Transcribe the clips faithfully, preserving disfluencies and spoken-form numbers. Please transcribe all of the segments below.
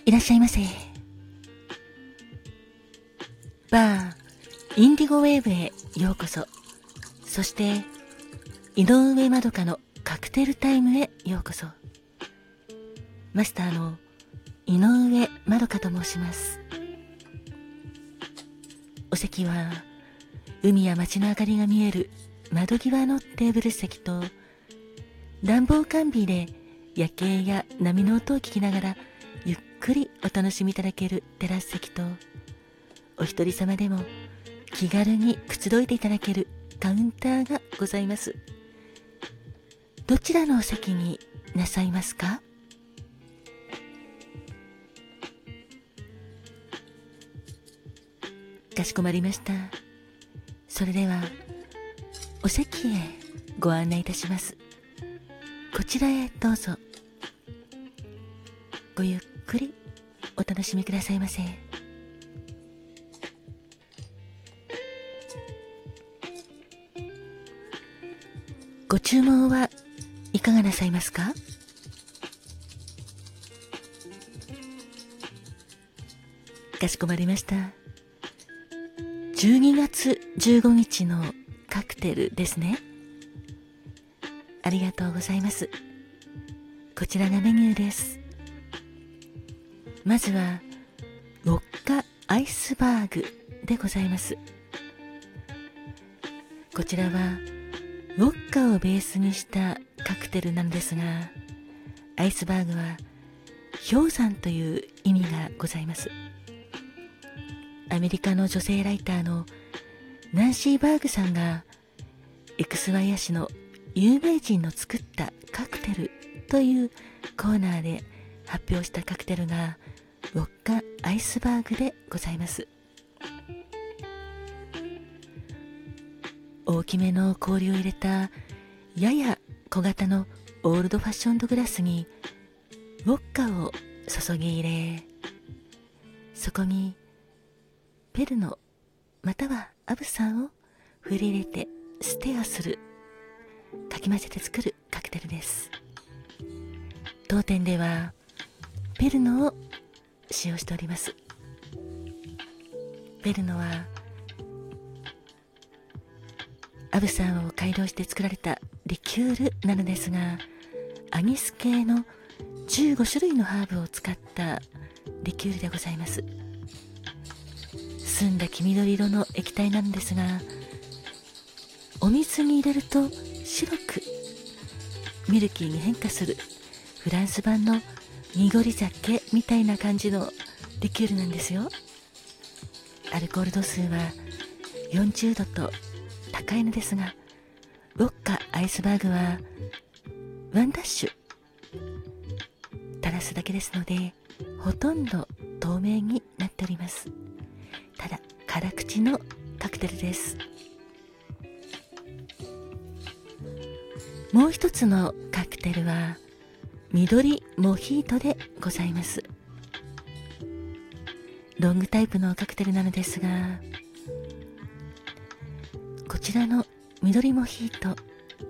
いらっしゃいませ。バーインディゴウェーブへようこそ。そして井上まどかのカクテルタイムへようこそ。マスターの井上まどかと申します。お席は海や街の明かりが見える窓際のテーブル席と、暖房完備で夜景や波の音を聞きながらゆっくりお楽しみいただけるテラス席と、お一人様でも気軽にくつろいでいただけるカウンターがございます。どちらのお席になさいますか？かしこまりました。それではお席へご案内いたします。こちらへどうぞ。ごゆっくりお楽しみくださいませ。ご注文はいかがなさいますか？かしこまりました。じゅうにがつじゅうごにちのカクテルですね。ありがとうございます。こちらがメニューです。まずはウォッカアイスバーグでございます。こちらはウォッカをベースにしたカクテルなんですが、アイスバーグは氷山という意味がございます。アメリカの女性ライターのナンシー・バーグさんがエクスワイア誌の有名人の作ったカクテルというコーナーで発表したカクテルがウォッカアイスバーグでございます。大きめの氷を入れたやや小型のオールドファッションドグラスにウォッカを注ぎ入れ、そこにペルノまたはアブサンを振り入れてステアする、かき混ぜて作るカクテルです。当店ではペルノを使用しております。ペルノはアブサンを改良して作られたリキュールなのですが、アニス系のじゅうごしゅるいのハーブを使ったリキュールでございます。澄んだ黄緑色の液体なんですが、お水に入れると白くミルキーに変化するフランス版の濁り酒みたいな感じのリキュールなんですよ。アルコール度数はよんじゅうどと高いのですが、ウォッカアイスバーグはワンダッシュ垂らすだけですので、ほとんど透明になっております。ただ辛口のカクテルです。もう一つのカクテルは緑モヒートでございます。ロングタイプのカクテルなのですが、こちらの緑モヒート、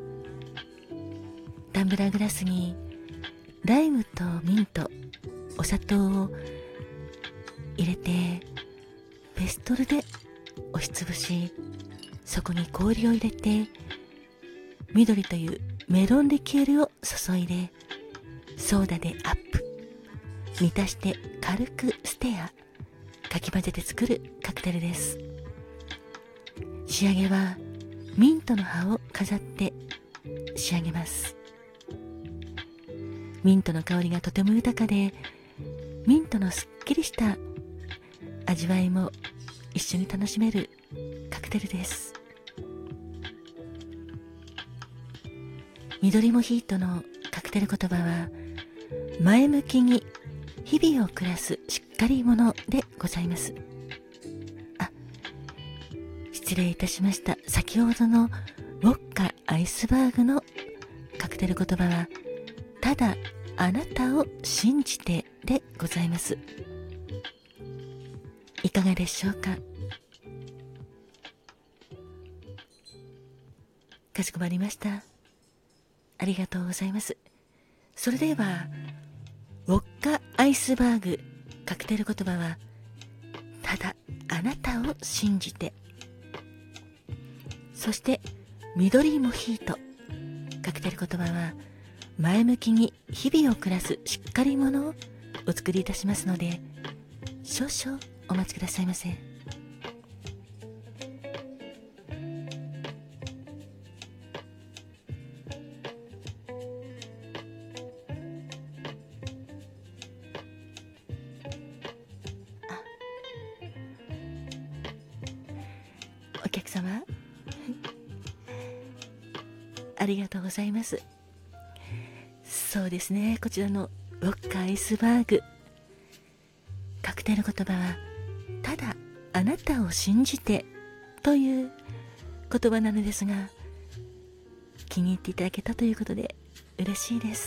タンブラーグラスにライムとミント、お砂糖を入れてペストルで押しつぶし、そこに氷を入れて緑というメロンリキュールを注いでソーダでアップ、満たして軽くステア、かき混ぜて作るカクテルです。仕上げはミントの葉を飾って仕上げます。ミントの香りがとても豊かで、ミントのすっきりした味わいも一緒に楽しめるカクテルです。緑モヒートのカクテル言葉は、前向きに日々を暮らすしっかり者でございます。あ、失礼いたしました。先ほどのウォッカアイスバーグのカクテル言葉は、ただあなたを信じてでございます。いかがでしょうか？かしこまりました。ありがとうございます。それではウォッカアイスバーグカクテル言葉はただあなたを信じて。そして緑モヒート、カクテル言葉は前向きに日々を暮らすしっかり者をお作りいたしますので、少々お待ちくださいませ。お客様ありがとうございます。そうですね、こちらのウォッカアイスバーグ、カクテル言葉はただあなたを信じてという言葉なのですが、気に入っていただけたということで嬉しいです。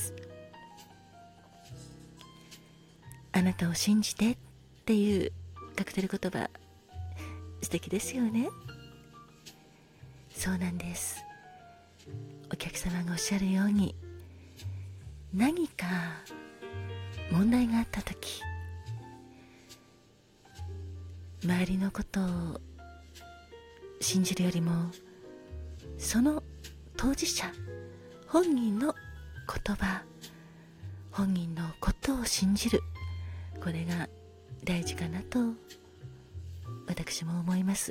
あなたを信じてっていうカクテル言葉、素敵ですよね。そうなんです。お客様がおっしゃるように、何か問題があったとき、周りのことを信じるよりも、その当事者本人の言葉、本人のことを信じる、これが大事かなと私も思います。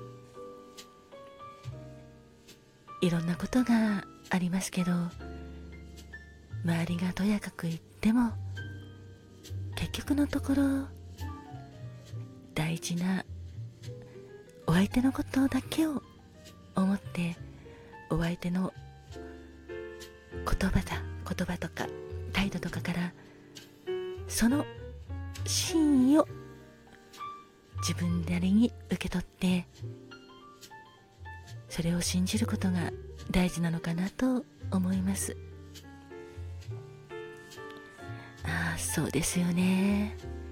いろんなことがありますけど、周りがとやかく言っても結局のところ大事なお相手のことだけを思って、お相手の言葉だ言葉とか態度とかからその真意を自分なりに受け取って、それを信じることが大事なのかなと思います。ああ、そうですよね。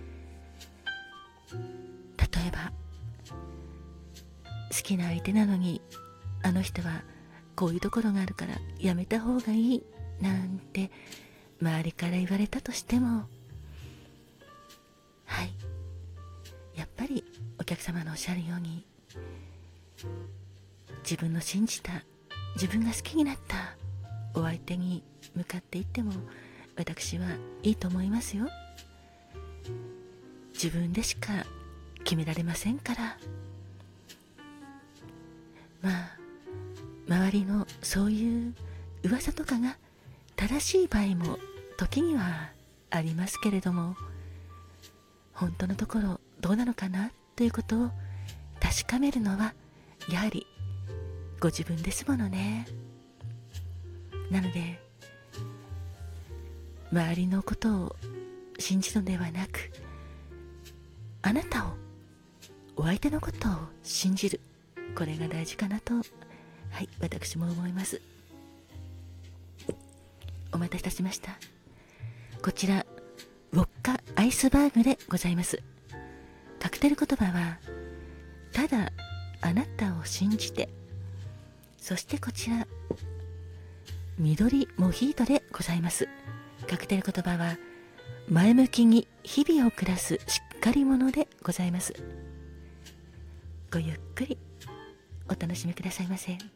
例えば好きな相手なのに、あの人はこういうところがあるからやめた方がいいなんて周りから言われたとしても、はい、やっぱりお客様のおっしゃるように、自分の信じた、自分が好きになったお相手に向かっていっても私はいいと思いますよ。自分でしか決められませんから。まあ周りのそういう噂とかが正しい場合も時にはありますけれども、本当のところどうなのかなということを確かめるのはやはりご自分ですものね。なので周りのことを信じるのではなく、あなたを、お相手のことを信じる、これが大事かなと、はい、私も思います。お待たせいたしました。こちらウォッカアイスバーグでございます。カクテル言葉はただあなたを信じて。そしてこちら緑モヒートでございます。カクテル言葉は前向きに日々を暮らすしっかり者でございます。ごゆっくりお楽しみくださいませ。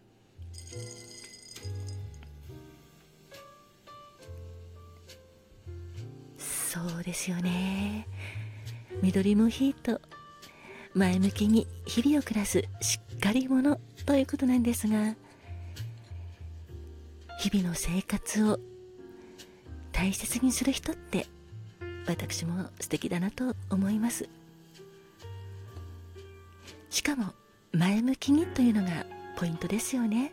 そうですよね。緑モヒート、前向きに日々を暮らすしっかり者ということなんですが、日々の生活を大切にする人って私も素敵だなと思います。しかも前向きにというのがポイントですよね。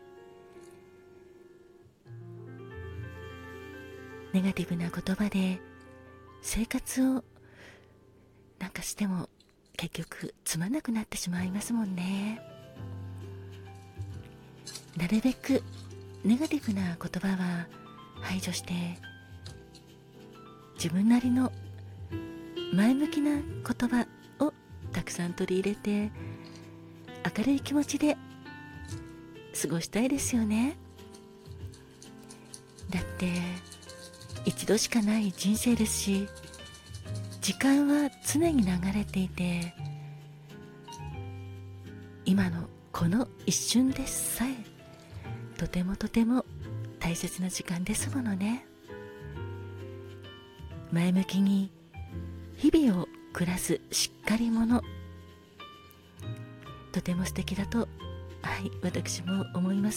ネガティブな言葉で生活をなんかしても結局つまんなくなってしまいますもんね。なるべくネガティブな言葉は排除して、自分なりの前向きな言葉をたくさん取り入れて、明るい気持ちで過ごしたいですよね。だって一度しかない人生ですし、 時間は常に流れていて、今のこの一瞬でさえとてもとても大切な時間ですものね。前向きに日々を暮らすしっかり者、とても素敵だと、はい、私も思います。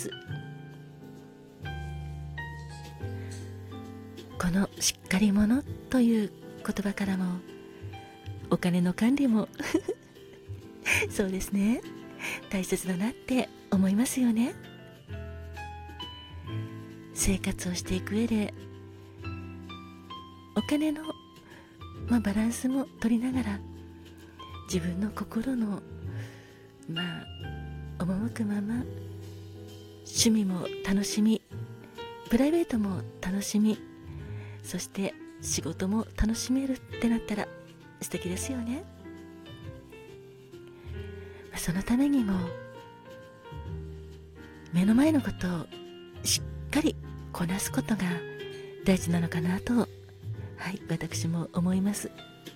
このしっかり者という言葉からも、お金の管理もそうですね、大切だなって思いますよね。生活をしていく上でお金の、まあ、バランスも取りながら、自分の心のまあ赴くまま趣味も楽しみ、プライベートも楽しみ、そして仕事も楽しめるってなったら素敵ですよね。そのためにも目の前のことをしっかりこなすことが大事なのかなと、はい、私も思います。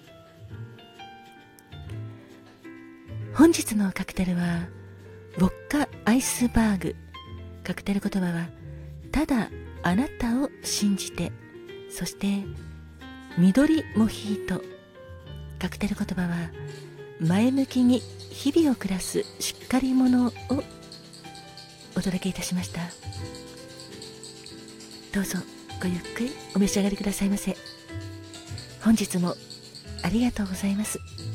本日のカクテルはウォッカアイスバーグ。カクテル言葉はただあなたを信じて、そして緑モヒート。カクテル言葉は前向きに日々を暮らすしっかり者をお届けいたしました。どうぞごゆっくりお召し上がりくださいませ。本日もありがとうございます。